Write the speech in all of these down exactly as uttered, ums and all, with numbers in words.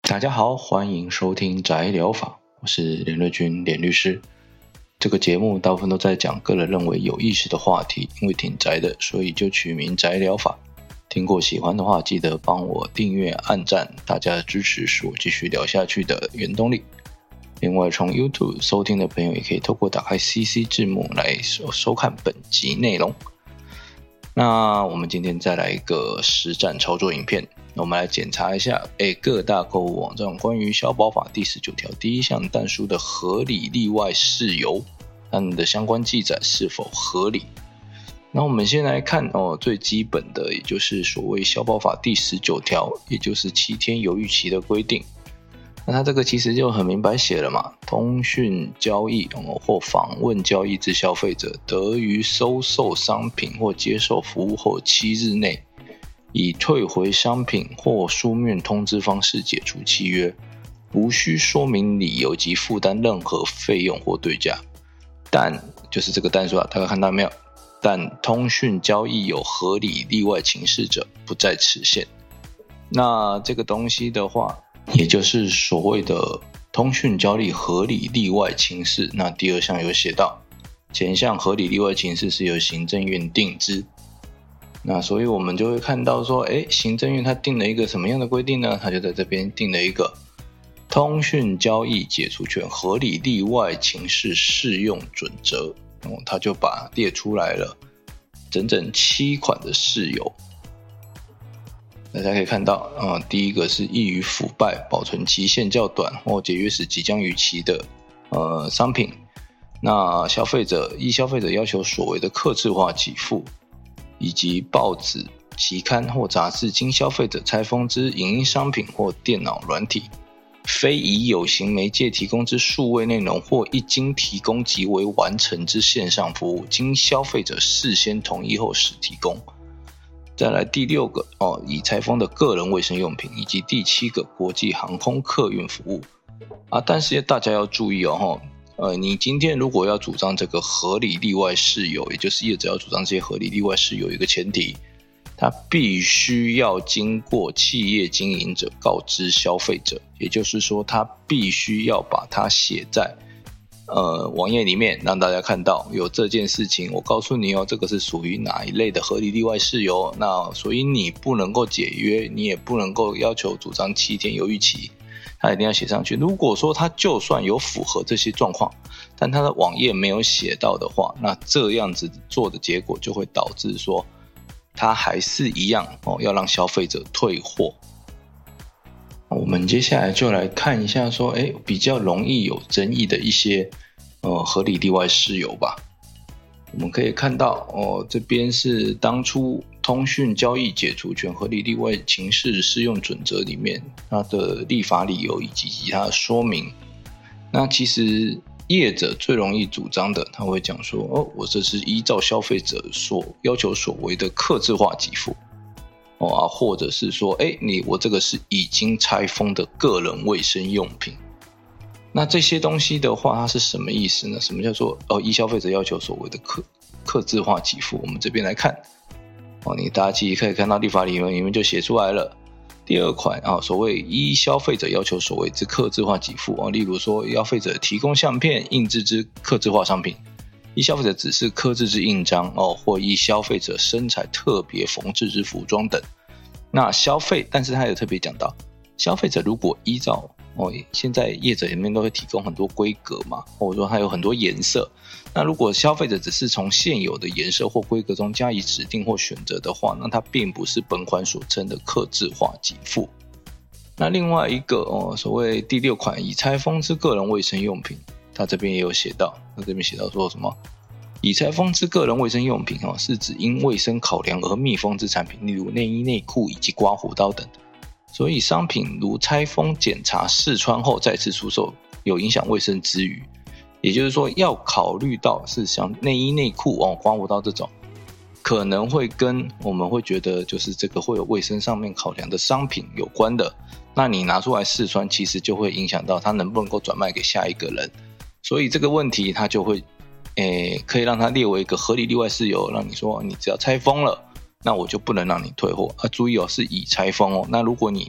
大家好，欢迎收听宅疗法，我是连瑞君连律师。这个节目大部分都在讲个人认为有意思的话题，因为挺宅的，所以就取名宅疗法。听过喜欢的话，记得帮我订阅按赞，大家的支持是我继续聊下去的原动力。另外从 YouTube 收听的朋友也可以透过打开 C C 字幕来 收, 收看本集内容。那我们今天再来一个实战操作影片，我们来检查一下诶各大购物网站关于消保法第十九条第一项但书的合理例外事由，他们的相关记载是否合理。那我们先来看哦，最基本的也就是所谓消保法第十九条，也就是七天犹豫期的规定。那它这个其实就很明白写了嘛，通讯交易、哦、或访问交易之消费者，得于收受商品或接受服务后七日内，以退回商品或书面通知方式解除契约，无需说明理由及负担任何费用或对价。但就是这个但说啊，大家看到没有？但通讯交易有合理例外情事者，不在此限。那这个东西的话，也就是所谓的通讯交易合理例外情事。那第二项有写到，前项合理例外情事是由行政院定之。那所以我们就会看到说，诶，行政院它定了一个什么样的规定呢？它就在这边定了一个通讯交易解除权合理例外情事适用准则。哦，他就把列出来了整整七款的事由。大家可以看到，呃、第一个是易于腐败、保存期限较短或解约时即将逾期的呃商品。那消费者依消费者要求所谓的客制化给付，以及报纸、期刊或杂志经消费者拆封之影音商品或电脑软体，非以有形媒介提供之数位内容或一经提供即为完成之线上服务，经消费者事先同意后始提供。再来第六个哦，已拆封的个人卫生用品，以及第七个国际航空客运服务啊。但是大家要注意哦，呃，你今天如果要主张这个合理例外事由，也就是业者要主张这些合理例外事由，有一个前提，它必须要经过企业经营者告知消费者，也就是说，它必须要把它写在呃网页里面，让大家看到有这件事情。我告诉你哦，这个是属于哪一类的合理例外事由。那所以你不能够解约，你也不能够要求主张七天犹豫期，它一定要写上去。如果说它就算有符合这些状况，但它的网页没有写到的话，那这样子做的结果就会导致说，它还是一样哦，要让消费者退货。我们接下来就来看一下说，诶，比较容易有争议的一些呃合理例外事由吧。我们可以看到哦，这边是当初通讯交易解除权合理例外情事适用准则里面它的立法理由以及它的说明。那其实业者最容易主张的，他会讲说，哦，我这是依照消费者所要求所谓的客制化给付。哦啊，或者是说，哎，你我这个是已经拆封的个人卫生用品。那这些东西的话，它是什么意思呢？什么叫做哦依消费者要求所谓的客客制化给付？我们这边来看，哦，你大家其实可以看到立法里面里面就写出来了。第二款啊，所谓依消费者要求所谓之客制化给付啊，例如说消费者提供相片印制之客制化商品，依消费者指示刻制之印章哦，或依消费者身材特别缝制之服装等。那消费，但是他有特别讲到，消费者如果依照哦，现在业者里面都会提供很多规格嘛，或者说它有很多颜色。那如果消费者只是从现有的颜色或规格中加以指定或选择的话，那它并不是本款所称的客制化给付。那另外一个哦，所谓第六款已拆封之个人卫生用品，它这边也有写到，它这边写到说什么？已拆封之个人卫生用品哦，是指因卫生考量而密封之产品，例如内衣、内裤以及刮胡刀等。所以商品如拆封、检查、试穿后再次出售，有影响卫生之余，也就是说要考虑到是像内衣、内裤哦、刮胡刀这种，可能会跟我们会觉得就是这个会有卫生上面考量的商品有关的。那你拿出来试穿，其实就会影响到它能不能够转卖给下一个人。所以这个问题它就会诶，可以让它列为一个合理例外事由，让你说你只要拆封了，那我就不能让你退货啊。注意哦，是已拆封哦。那如果你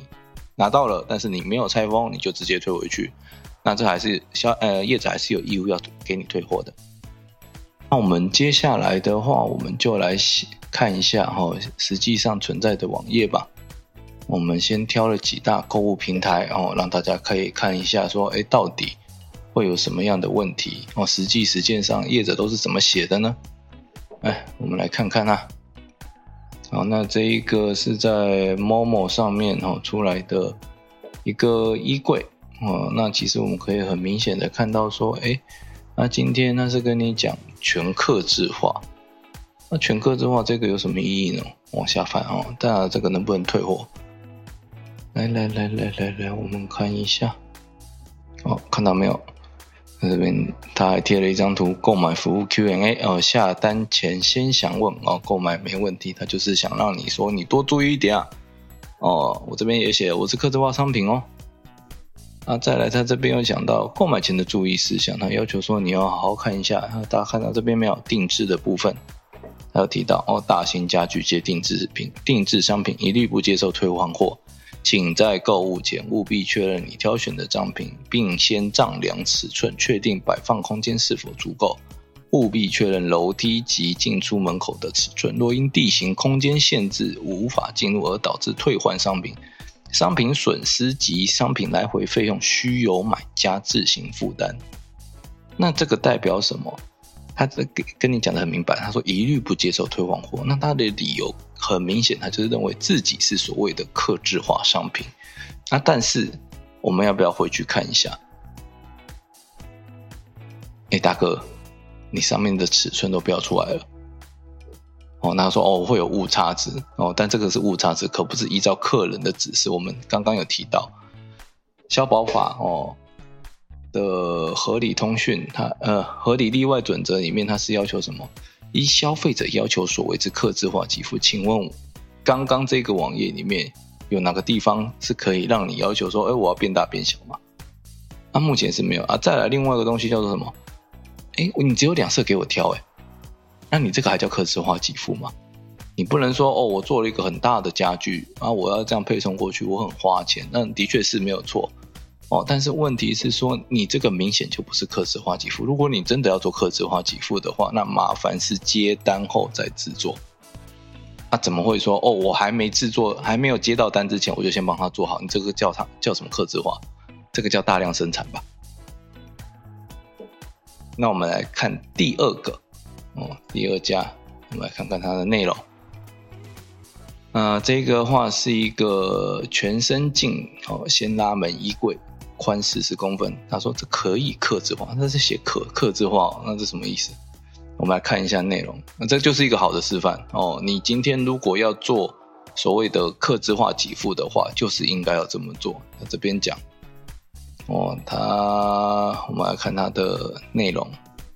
拿到了，但是你没有拆封，你就直接退回去，那这还是销呃业者还是有义务要给你退货的。那我们接下来的话，我们就来看一下哦，实际上存在的网页吧。我们先挑了几大购物平台哦，让大家可以看一下说，哎，到底会有什么样的问题哦？实际实践上业者都是怎么写的呢？哎，我们来看看啊。好，那这一个是在 Momo 上面哦出来的一个衣柜哦。那其实我们可以很明显的看到说，哎，那今天他是跟你讲全客制化。那全客制化这个有什么意义呢？往下翻哦，当然这个能不能退货？来来来来来来，我们看一下。哦，看到没有？这边他还贴了一张图，购买服务 Q and A 哦，下单前先详问哦，购买没问题，他就是想让你说你多注意一点啊。哦，我这边也写我是客制化商品哦。那再来，他这边有讲到购买前的注意事项，他要求说你要好好看一下。大家看到这边没有？定制的部分，他有提到哦，大型家具皆定制品、定制商品一律不接受退换货。请在购物前务必确认你挑选的商品，并先丈量尺寸，确定摆放空间是否足够。务必确认楼梯及进出门口的尺寸，若因地形空间限制无法进入而导致退换商品，商品损失及商品来回费用需由买家自行负担。那这个代表什么？他跟你讲的很明白，他说一律不接受退换货。那他的理由很明显，他就是认为自己是所谓的客制化商品。那但是我们要不要回去看一下？哎，大哥，你上面的尺寸都标出来了。哦，那他说哦会有误差值哦，但这个是误差值，可不是依照客人的指示。我们刚刚有提到消保法哦的合理通讯，它呃合理例外准则里面，它是要求什么？依消费者要求所为之客制化给付。请问刚刚这个网页里面有哪个地方是可以让你要求说，哎，我要变大变小吗？啊，目前是没有啊。再来另外一个东西叫做什么？哎，你只有两色给我挑，哎，那你这个还叫客制化给付吗？你不能说哦，我做了一个很大的家具啊，我要这样配送过去，我很花钱，那的确是没有错。哦，但是问题是说，你这个明显就不是客制化给付。如果你真的要做客制化给付的话，那麻烦是接单后再制作。那、啊、怎么会说哦，我还没制作，还没有接到单之前，我就先帮他做好？你这个叫他叫什么客制化？这个叫大量生产吧。那我们来看第二个哦，第二家，我们来看看它的内容。呃，这个的话是一个全身镜哦，掀拉门衣柜。宽四十公分，他说这可以客制化，他是写可客制化，那这什么意思？我们来看一下内容，那这就是一个好的示范哦。你今天如果要做所谓的客制化给付的话，就是应该要这么做。那这边讲哦，他我们来看它的内容，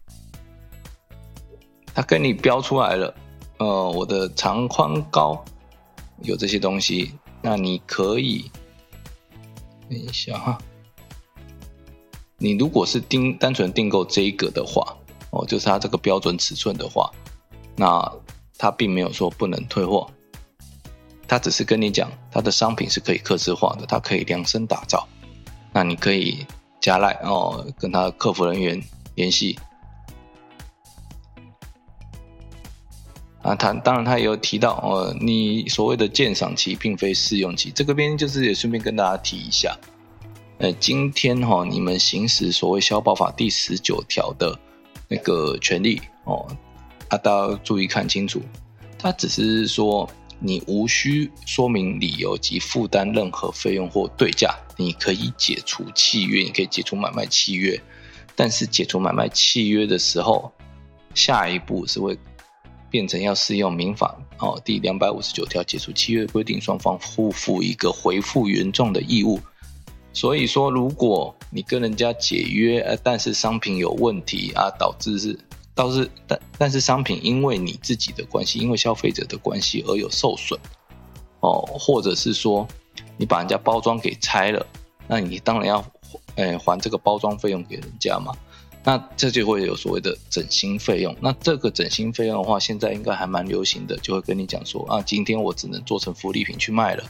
他跟你标出来了，呃，我的长宽高有这些东西，那你可以等一下哈。你如果是订单纯订购这一个的话，哦，就是它这个标准尺寸的话，那它并没有说不能退货，它只是跟你讲它的商品是可以客制化的，它可以量身打造，那你可以加赖哦，跟他客服人员联系。啊，他当然他也有提到哦，你所谓的鉴赏期并非试用期，这个边就是也顺便跟大家提一下。呃，今天哈、哦，你们行使所谓消保法第十九条的那个权利哦，啊，大家要注意看清楚，它只是说你无需说明理由及负担任何费用或对价，你可以解除契约，你可以解除买卖契约，但是解除买卖契约的时候，下一步是会变成要适用民法哦第两百五十九条解除契约规定，双方互负一个回复原状的义务。所以说，如果你跟人家解约，呃，但是商品有问题啊，导致是，倒是但但是商品因为你自己的关系，因为消费者的关系而有受损，哦，或者是说你把人家包装给拆了，那你当然要，呃，还这个包装费用给人家嘛。那这就会有所谓的整新费用。那这个整新费用的话，现在应该还蛮流行的，就会跟你讲说啊，今天我只能做成福利品去卖了。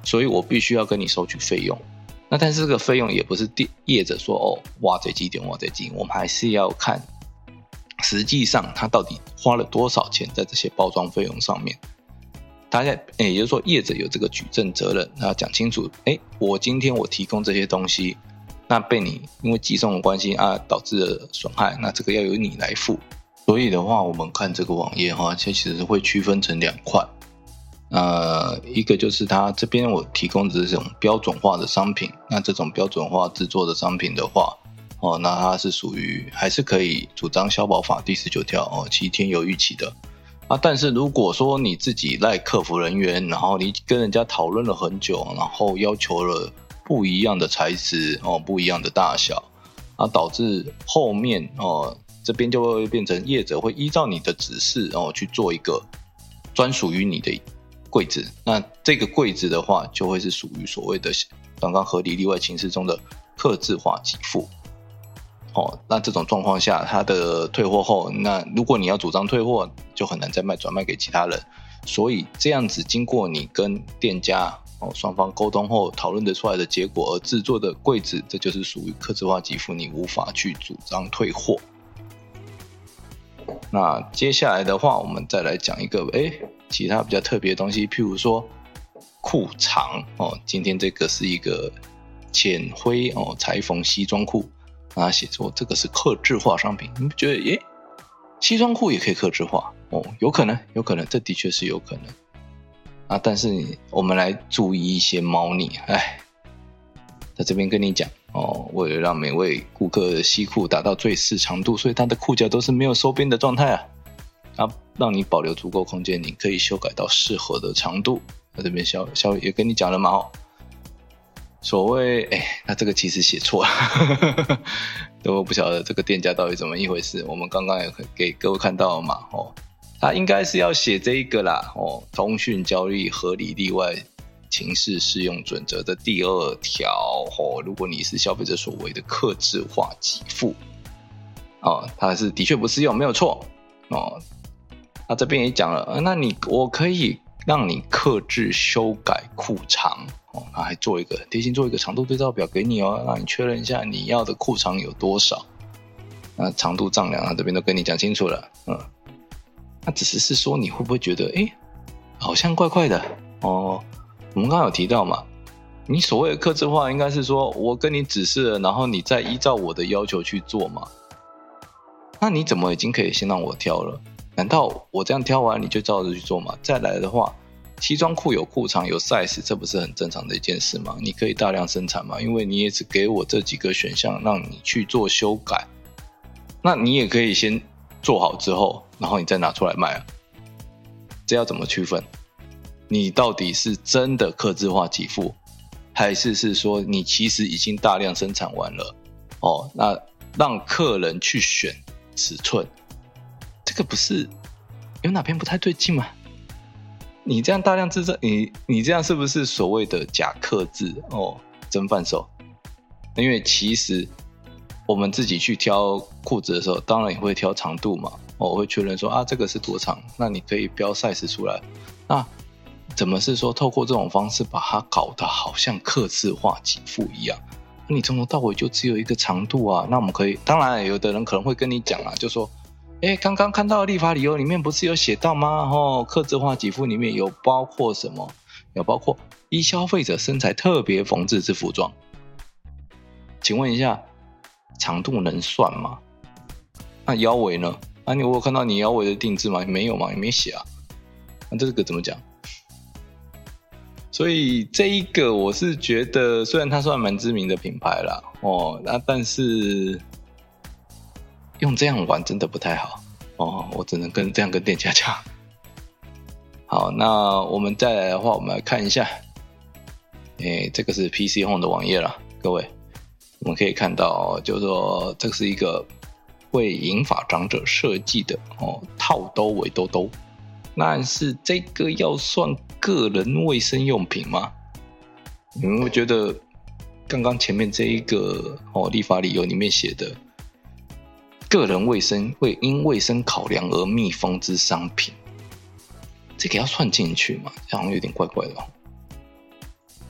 所以我必须要跟你收取费用。那但是这个费用也不是业者说哦挖这几点挖这几点，我们还是要看实际上他到底花了多少钱在这些包装费用上面。大家也就是说业者有这个举证责任，那讲清楚，哎，我今天我提供这些东西，那被你因为寄送的关系啊导致了损害，那这个要由你来付。所以的话，我们看这个网页哈，其实会区分成两块。呃，一个就是它这边我提供的这种标准化的商品，那这种标准化制作的商品的话，哦，那它是属于还是可以主张消保法第十九条哦，七天有逾期的啊。但是如果说你自己赖客服人员，然后你跟人家讨论了很久，然后要求了不一样的材质哦，不一样的大小啊，导致后面哦这边就会变成业者会依照你的指示哦去做一个专属于你的柜子，那这个柜子的话就会是属于所谓的刚刚合理例外情事中的客制化给付。哦，那这种状况下它的退货后，那如果你要主张退货就很难再卖转卖给其他人，所以这样子经过你跟店家哦双方沟通后讨论得出来的结果而制作的柜子，这就是属于客制化给付，你无法去主张退货。那接下来的话我们再来讲一个诶其他比较特别的东西，譬如说裤长哦，今天这个是一个浅灰哦裁缝西装裤，那写说这个是客制化商品，你不觉得耶西装裤也可以客制化哦？有可能有可能，这的确是有可能啊，但是我们来注意一些猫腻。哎，在这边跟你讲哦，为了让每位顾客的西裤达到最适长度，所以它的裤脚都是没有收边的状态啊，啊，让你保留足够空间，你可以修改到适合的长度。在这边小小也跟你讲了嘛哦，所谓哎，那这个其实写错了，都不晓得这个店家到底怎么一回事。我们刚刚也给各位看到了嘛哦，他应该是要写这一个啦哦，通讯交易合理例外情事适用准则的第二条哦，如果你是消费者所谓的客制化给付哦，它是的确不适用，没有错哦。那这边也讲了，那你我可以让你客制修改裤长哦，那还做一个贴心做一个长度对照表给你哦，让你确认一下你要的裤长有多少。那长度丈量啊这边都跟你讲清楚了，嗯，那只是是说你会不会觉得，哎，好像怪怪的哦？我们刚刚有提到嘛，你所谓的客制化应该是说我跟你指示了，然后你再依照我的要求去做嘛。那你怎么已经可以先让我挑了？难道我这样挑完你就照着去做吗？再来的话，西装裤有裤长有 size， 这不是很正常的一件事吗？你可以大量生产嘛，因为你也只给我这几个选项让你去做修改，那你也可以先做好之后，然后你再拿出来卖啊。这要怎么区分？你到底是真的客制化给付，还是是说你其实已经大量生产完了哦？那让客人去选尺寸，这个不是有哪边不太对劲吗？你这样大量制造，你你这样是不是所谓的假客制哦？真贩售？因为其实我们自己去挑裤子的时候，当然也会挑长度嘛。哦、我会确认说啊，这个是多长，那你可以标 size 出来。那怎么是说透过这种方式把它搞得好像客制化给付一样？那你从头到尾就只有一个长度啊？那我们可以，当然有的人可能会跟你讲啊，就说，哎，刚刚看到的立法理由里面不是有写到吗？哦，客制化给付里面有包括什么？有包括依消费者身材特别缝制之服装。请问一下，长度能算吗？那腰围呢？啊，你我有看到你腰围的定制吗？没有吗？也没写啊。那这个怎么讲？所以这一个我是觉得，虽然它算蛮知名的品牌啦，哦，那但是用这样玩真的不太好哦，我只能跟这样跟店家讲。好，那我们再来的话，我们来看一下，诶，这个是 P C Home 的网页啦，各位，我们可以看到，就是说这是一个为银发长者设计的哦套兜围兜兜。那是这个要算个人卫生用品吗？你们会觉得刚刚前面这一个哦立法理由里面写的个人卫生为因卫生考量而密封之商品，这个要算进去吗？好像有点怪怪的哦。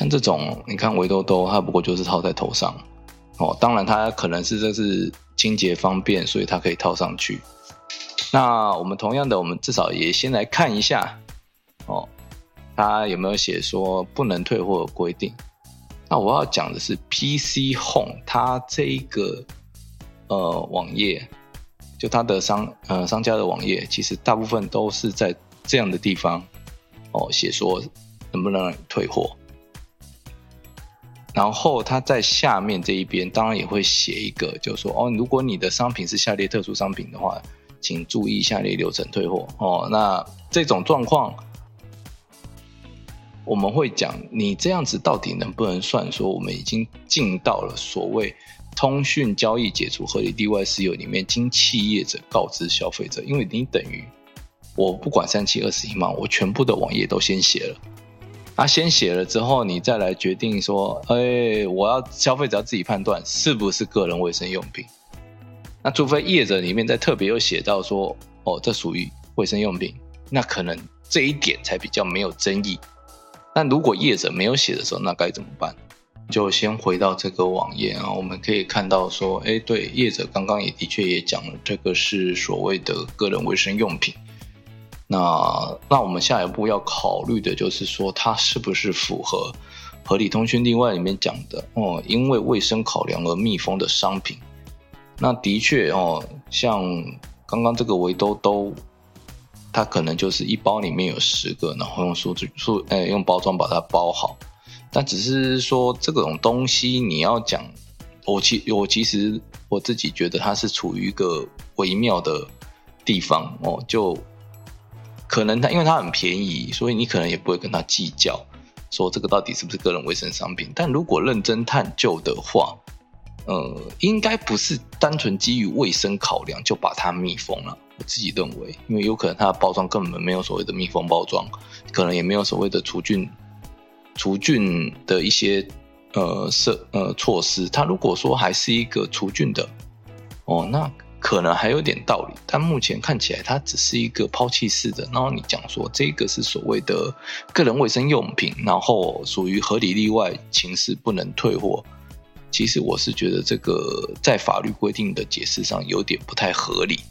像这种你看围兜兜它不过就是套在头上哦，当然它可能是这是清洁方便，所以它可以套上去。那我们同样的，我们至少也先来看一下哦，它有没有写说不能退货的规定。那我要讲的是 P C Home 它这一个呃网页，就它的商呃商家的网页，其实大部分都是在这样的地方哦写说能不能让你退货。然后它在下面这一边当然也会写一个，就是说哦，如果你的商品是下列特殊商品的话，请注意下列流程退货哦。那这种状况，我们会讲，你这样子到底能不能算说我们已经进到了所谓通讯交易解除合理例外事由里面，经企业者告知消费者，因为你等于我不管三七二十一嘛，我全部的网页都先写了。啊，先写了之后，你再来决定说，哎，我要消费者要自己判断是不是个人卫生用品。那除非业者里面再特别有写到说，哦，这属于卫生用品，那可能这一点才比较没有争议。但如果业者没有写的时候，那该怎么办？就先回到这个网页啊，我们可以看到说，哎，对，业者刚刚也的确也讲了，这个是所谓的个人卫生用品。那那我们下一步要考虑的就是说，它是不是符合合理通讯例外里面讲的哦，因为卫生考量而密封的商品。那的确哦，像刚刚这个围兜兜，它可能就是一包里面有十个，然后用数字数呃用包装把它包好。但只是说这种东西你要讲，我其我其实我自己觉得它是处于一个微妙的地方哦，就可能它因为它很便宜，所以你可能也不会跟它计较，说这个到底是不是个人卫生商品。但如果认真探究的话，呃，应该不是单纯基于卫生考量就把它密封了。我自己认为，因为有可能它的包装根本没有所谓的密封包装，可能也没有所谓的除菌、除菌的一些呃设呃措施。它如果说还是一个除菌的，哦，那可能还有点道理。但目前看起来，它只是一个抛弃式的。然后你讲说这个是所谓的个人卫生用品，然后属于合理例外情事不能退货。其实我是觉得这个在法律规定的解释上有点不太合理。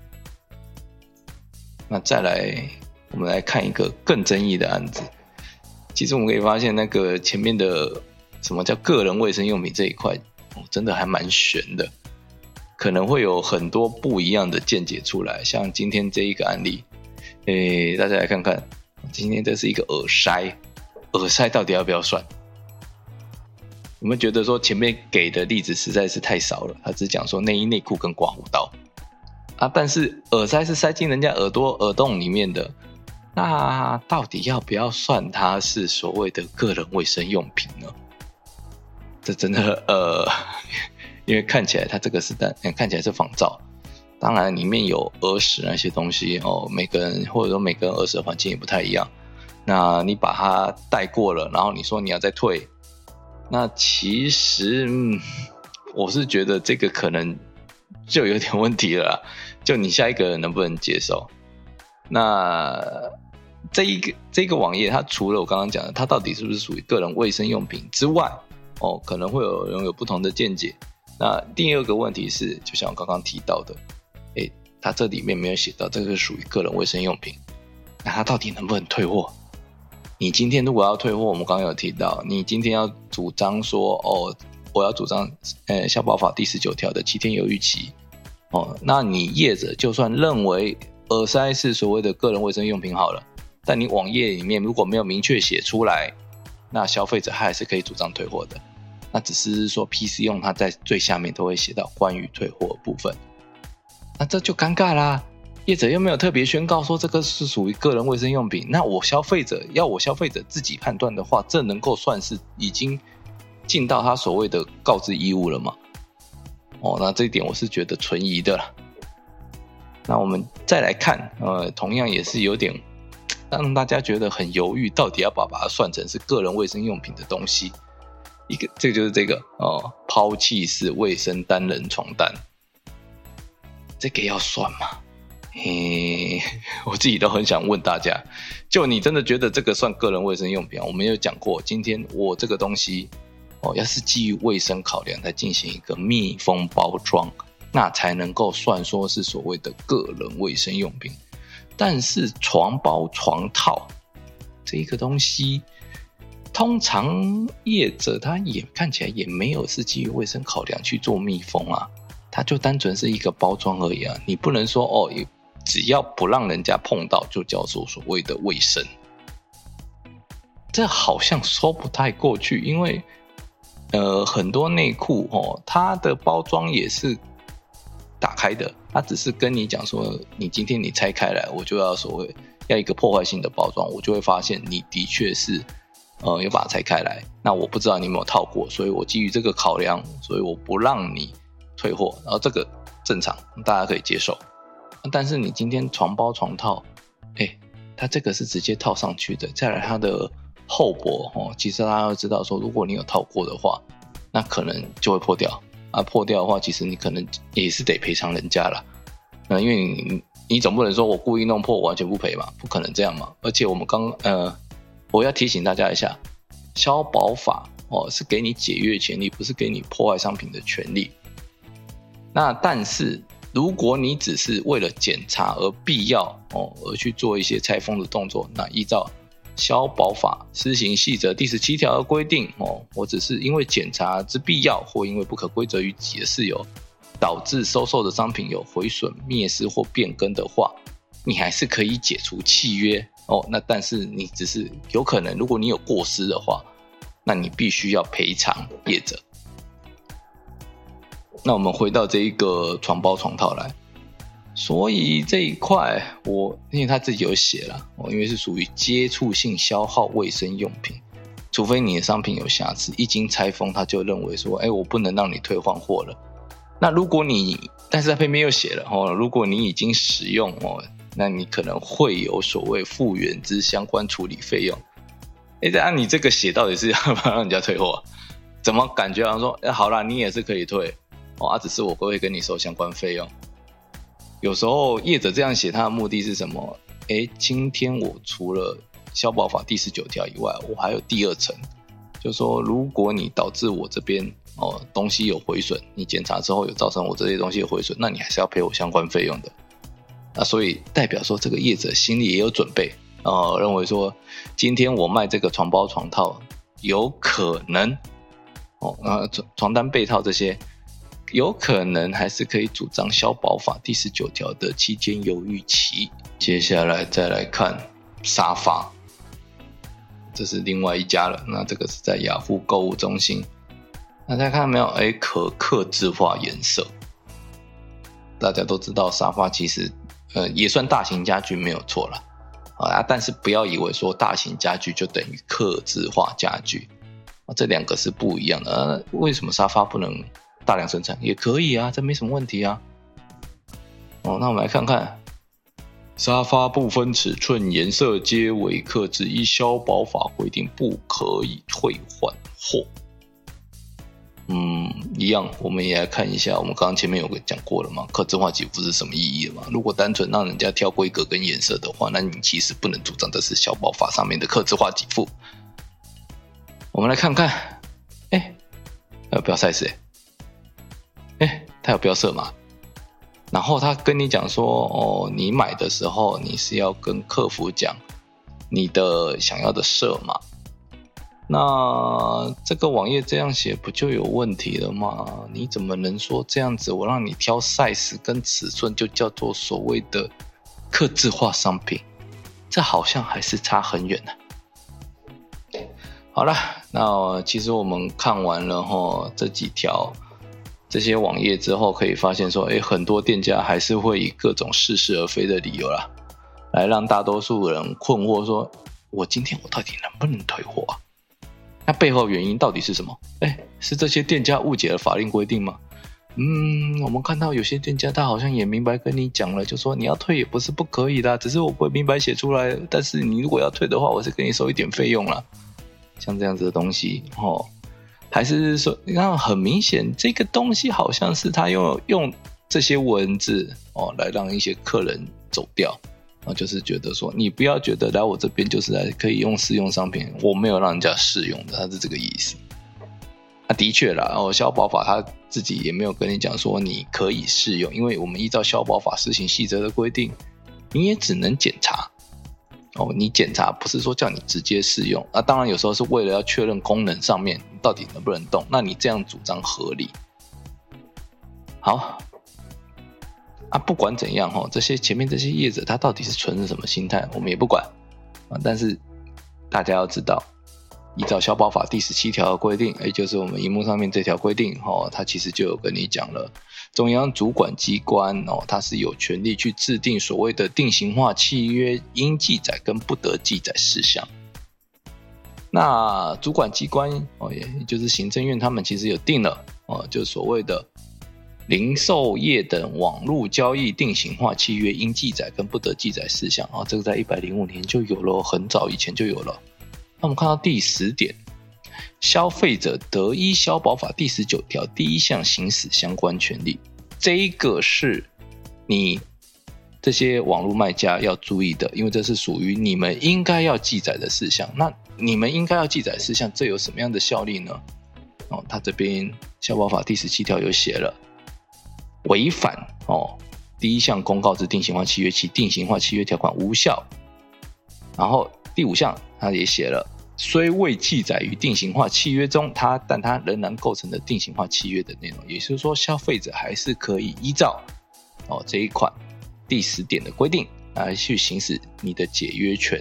那再来，我们来看一个更争议的案子。其实我们可以发现，那个前面的什么叫个人卫生用品这一块，哦，真的还蛮悬的，可能会有很多不一样的见解出来。像今天这一个案例，诶，大家来看看，今天这是一个耳塞，耳塞到底要不要算？有没有觉得说前面给的例子实在是太少了？他只讲说内衣内裤跟刮胡刀啊，但是耳塞是塞进人家耳朵耳洞里面的，那到底要不要算它是所谓的个人卫生用品呢？这真的呃，因为看起来它这个是单看起来是仿照，当然里面有耳屎那些东西哦，每个人或者说每个人耳屎的环境也不太一样，那你把它带过了，然后你说你要再退。那其实、嗯、我是觉得这个可能就有点问题了啦，就你下一个人能不能接受。那这一个这个网页它除了我刚刚讲的它到底是不是属于个人卫生用品之外，哦，可能会有人有不同的见解。那第二个问题是，就像我刚刚提到的，诶，它这里面没有写到这个属于个人卫生用品，那它到底能不能退货？你今天如果要退货，我们刚刚有提到，你今天要主张说，哦，我要主张，呃，消保法第十九条的七天犹豫期，哦，那你业者就算认为耳塞是所谓的个人卫生用品好了，但你网页里面如果没有明确写出来，那消费者还是可以主张退货的。那只是说 P C 用它在最下面都会写到关于退货的部分，那这就尴尬啦。业者又没有特别宣告说这个是属于个人卫生用品，那我消费者要我消费者自己判断的话，这能够算是已经尽到他所谓的告知义务了吗？哦，那这一点我是觉得存疑的啦。那我们再来看，呃，同样也是有点让大家觉得很犹豫，到底要不要把它算成是个人卫生用品的东西。一个，这个就是这个哦，抛弃式卫生单人床单，这个要算吗？ 嘿，我自己都很想问大家，就你真的觉得这个算个人卫生用品啊？我们有讲过，今天我这个东西哦，要是基于卫生考量来进行一个密封包装，那才能够算说是所谓的个人卫生用品。但是床包床套这个东西，通常业者他也看起来也没有是基于卫生考量去做密封啊，它就单纯是一个包装而已啊。你不能说哦，只要不让人家碰到就叫做所谓的卫生，这好像说不太过去。因为呃很多内裤哦，它的包装也是打开的，它只是跟你讲说，你今天你拆开来，我就要所谓要一个破坏性的包装，我就会发现你的确是呃有把它拆开来。那我不知道你有没有套过，所以我基于这个考量，所以我不让你退货，然后这个正常，大家可以接受。但是你今天床包床套，哎，它这个是直接套上去的，再来它的厚薄哦，其实大家要知道说，如果你有套过的话，那可能就会破掉啊。破掉的话，其实你可能也是得赔偿人家啦。呃，因为你你总不能说我故意弄破，我完全不赔嘛，不可能这样嘛。而且我们刚呃，我要提醒大家一下，消保法哦是给你解约权利，不是给你破坏商品的权利。那但是如果你只是为了检查而必要哦而去做一些拆封的动作，那依照消保法施行细则第十七条的规定哦，我只是因为检查之必要，或因为不可归责于己的事由，导致收受的商品有毁损、灭失或变更的话，你还是可以解除契约哦。那但是你只是有可能，如果你有过失的话，那你必须要赔偿业者。那我们回到这一个床包床套来，所以这一块我因为他自己有写啦，哦，因为是属于接触性消耗卫生用品，除非你的商品有瑕疵，一经拆封他就认为说，哎，我不能让你退换货了。那如果你，但是他偏偏又写了哦，如果你已经使用哦，那你可能会有所谓复原之相关处理费用。哎，这样你这个写到底是要不要让人家退货？怎么感觉好像说，哎，好啦，你也是可以退。哦，啊，只是我会跟你收相关费用。有时候业者这样写，他的目的是什么？诶，今天我除了消保法第十九条以外，我还有第二层，就是说，如果你导致我这边哦东西有毁损，你检查之后有造成我这些东西有毁损，那你还是要赔我相关费用的。那所以代表说，这个业者心里也有准备，呃，认为说，今天我卖这个床包床套，有可能哦，呃，床单被套这些。有可能还是可以主张消保法第十九条的期间犹豫期。接下来再来看沙发，这是另外一家了。那这个是在雅虎购物中心。那大家看到没有？哎，可客制化颜色。大家都知道沙发其实呃也算大型家具没有错啦啊，但是不要以为说大型家具就等于客制化家具啊，这两个是不一样的。啊，为什么沙发不能大量生产？也可以啊，这没什么问题啊。哦，那我们来看看，沙发不分尺寸、颜色皆为客制，依消保法规定不可以退换货。嗯，一样，我们也来看一下，我们刚刚前面有个讲过了嘛，客制化给付是什么意义嘛？如果单纯让人家挑规格跟颜色的话，那你其实不能主张的是消保法上面的客制化给付。我们来看看，哎，要不要赛事？哎，他有标色码，然后他跟你讲说，哦，你买的时候你是要跟客服讲你的想要的色码。那这个网页这样写不就有问题了吗？你怎么能说这样子我让你挑 size 跟尺寸就叫做所谓的客制化商品？这好像还是差很远呢。好了，那其实我们看完了齁这几条这些网页之后，可以发现说，哎，很多店家还是会以各种似是而非的理由啦，来让大多数人困惑说，我今天我到底能不能退货啊？那背后原因到底是什么？哎，是这些店家误解了法令规定吗？嗯，我们看到有些店家他好像也明白跟你讲了，就说你要退也不是不可以的，只是我不会明白写出来，但是你如果要退的话，我是给你收一点费用啦。像这样子的东西齁，还是说，你看很明显这个东西好像是他用用这些文字哦来让一些客人走掉啊，就是觉得说你不要觉得来我这边就是来可以用试用商品，我没有让人家试用的，他是这个意思。啊，的确啦，哦，消保法他自己也没有跟你讲说你可以试用，因为我们依照消保法施行细则的规定，你也只能检查。哦，你检查不是说叫你直接试用啊，当然有时候是为了要确认功能上面到底能不能动，那你这样主张合理。好啊，不管怎样齁，这些前面这些业者他到底是存着什么心态，我们也不管啊。但是大家要知道，依照消保法第十七条的规定，也就是我们荧幕上面这条规定齁，它其实就有跟你讲了。中央主管机关哦，它是有权利去制定所谓的定型化契约应记载跟不得记载事项。那主管机关哦，也就是行政院，他们其实有定了哦，就是所谓的零售业等网络交易定型化契约应记载跟不得记载事项啊，这个在一百零五年就有了，很早以前就有了。那我们看到第十点。消费者得依消保法第十九条第一项行使相关权利，这一个是你这些网络卖家要注意的，因为这是属于你们应该要记载的事项。那你们应该要记载的事项，这有什么样的效力呢？哦，他这边消保法第十七条有写了，违反哦第一项公告之定型化契约，其定型化契约条款无效。然后第五项他也写了。虽未记载于定型化契约中，它但它仍然构成了定型化契约的内容，也就是说，消费者还是可以依照哦这一款第十点的规定来去行使你的解约权。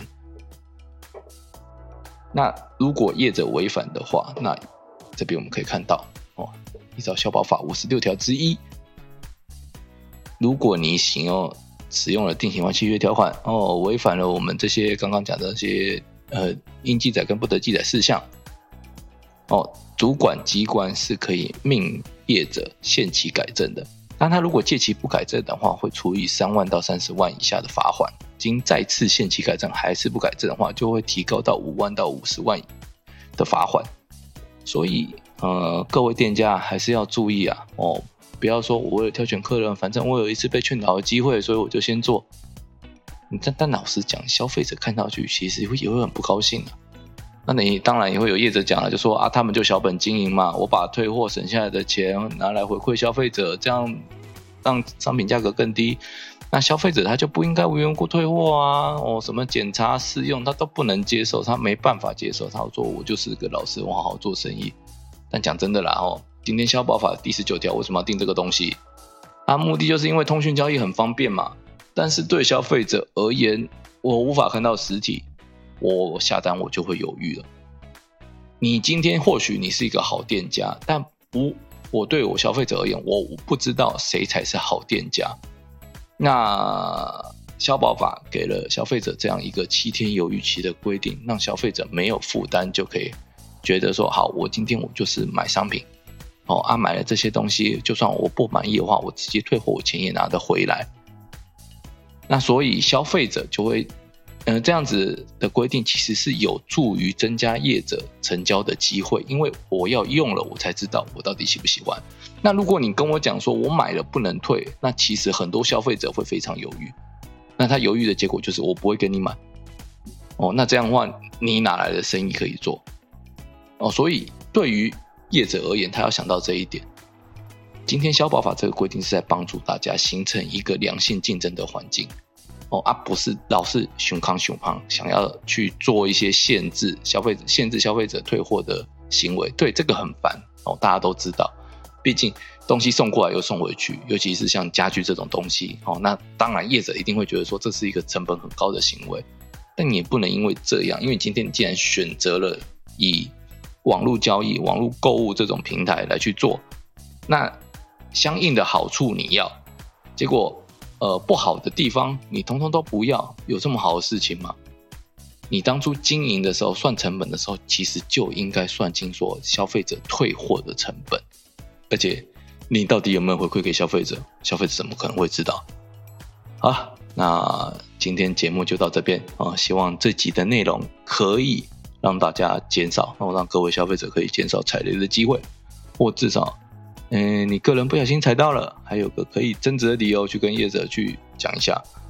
那如果业者违反的话，那这边我们可以看到哦，依照消保法五十六条之一，如果你行用使用了定型化契约条款哦，违反了我们这些刚刚讲的这些。呃，应记载跟不得记载事项，哦，主管机关是可以命业者限期改正的。但他如果届期不改正的话，会处以三万到三十万以下的罚款。经再次限期改正还是不改正的话，就会提高到五万到五十万的罚款。所以，呃，各位店家还是要注意啊，哦，不要说我为了挑选客人，反正我有一次被劝导的机会，所以我就先做。但, 但老实讲，消费者看到去其实也会很不高兴、啊、那你当然也会有业者讲了，就说啊，他们就小本经营嘛，我把退货省下来的钱拿来回馈消费者，这样让商品价格更低。那消费者他就不应该无缘无故退货啊，哦，什么检查试用他都不能接受，他没办法接受，他说我就是个老师，我好好做生意。但讲真的啦，哦，今天消保法第十九条为什么要定这个东西？啊，目的就是因为通讯交易很方便嘛。但是对消费者而言，我无法看到实体，我下单我就会犹豫了。你今天或许你是一个好店家，但不，我对我消费者而言，我不知道谁才是好店家。那消保法给了消费者这样一个七天犹豫期的规定，让消费者没有负担就可以觉得说，好，我今天我就是买商品，哦啊，买了这些东西，就算我不满意的话，我直接退货，我钱也拿得回来。那所以消费者就会，呃，这样子的规定其实是有助于增加业者成交的机会，因为我要用了，我才知道我到底喜不喜欢。那如果你跟我讲说我买了不能退，那其实很多消费者会非常犹豫。那他犹豫的结果就是我不会跟你买。哦，那这样的话，你哪来的生意可以做？哦，所以对于业者而言，他要想到这一点。今天消保法这个规定是在帮助大家形成一个良性竞争的环境，哦啊，不是老是熊康熊胖想要去做一些限制消费者、限制消费者退货的行为。对，这个很烦哦，大家都知道。毕竟东西送过来又送回去，尤其是像家具这种东西，哦，那当然业者一定会觉得说这是一个成本很高的行为，但你也不能因为这样，因为今天你既然选择了以网络交易、网络购物这种平台来去做，那相应的好处你要，结果呃不好的地方你通通都不要，有这么好的事情吗？你当初经营的时候算成本的时候，其实就应该算清楚消费者退货的成本，而且你到底有没有回馈给消费者，消费者怎么可能会知道？好，那今天节目就到这边啊，希望这集的内容可以让大家减少，让各位消费者可以减少踩雷的机会，或至少嗯，你个人不小心踩到了，还有个可以争执的理由去跟业者去讲一下。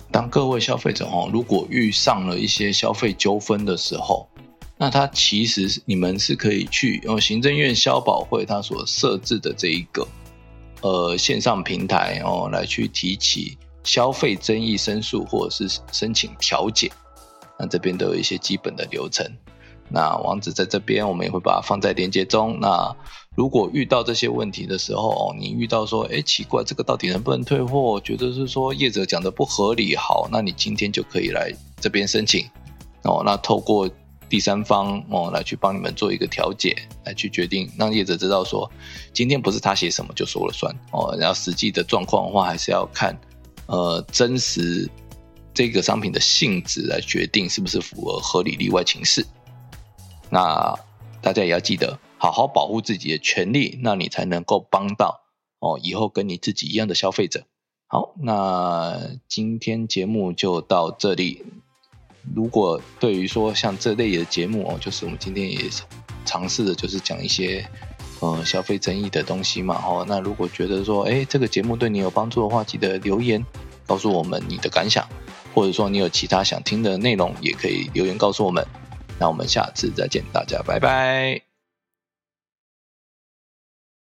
当各位消费者哦，如果遇上了一些消费纠纷的时候，那它其实你们是可以去用行政院消保会它所设置的这一个呃线上平台哦，来去提起消费争议申诉或者是申请调解。那这边都有一些基本的流程。那网址在这边，我们也会把它放在连结中。那如果遇到这些问题的时候，哦、你遇到说，哎，奇怪，这个到底能不能退货？觉得是说业者讲的不合理，好，那你今天就可以来这边申请。哦，那透过第三方哦来去帮你们做一个调解，来去决定，让业者知道说，今天不是他写什么就说了算哦，然后实际的状况的话，还是要看呃真实这个商品的性质来决定是不是符合合理例外情事。那大家也要记得好好保护自己的权利，那你才能够帮到哦以后跟你自己一样的消费者。好，那今天节目就到这里。如果对于说像这类的节目哦，就是我们今天也尝试的就是讲一些呃消费争议的东西嘛哦，那如果觉得说哎这个节目对你有帮助的话，记得留言告诉我们你的感想，或者说你有其他想听的内容，也可以留言告诉我们。那我们下次再见，大家拜拜。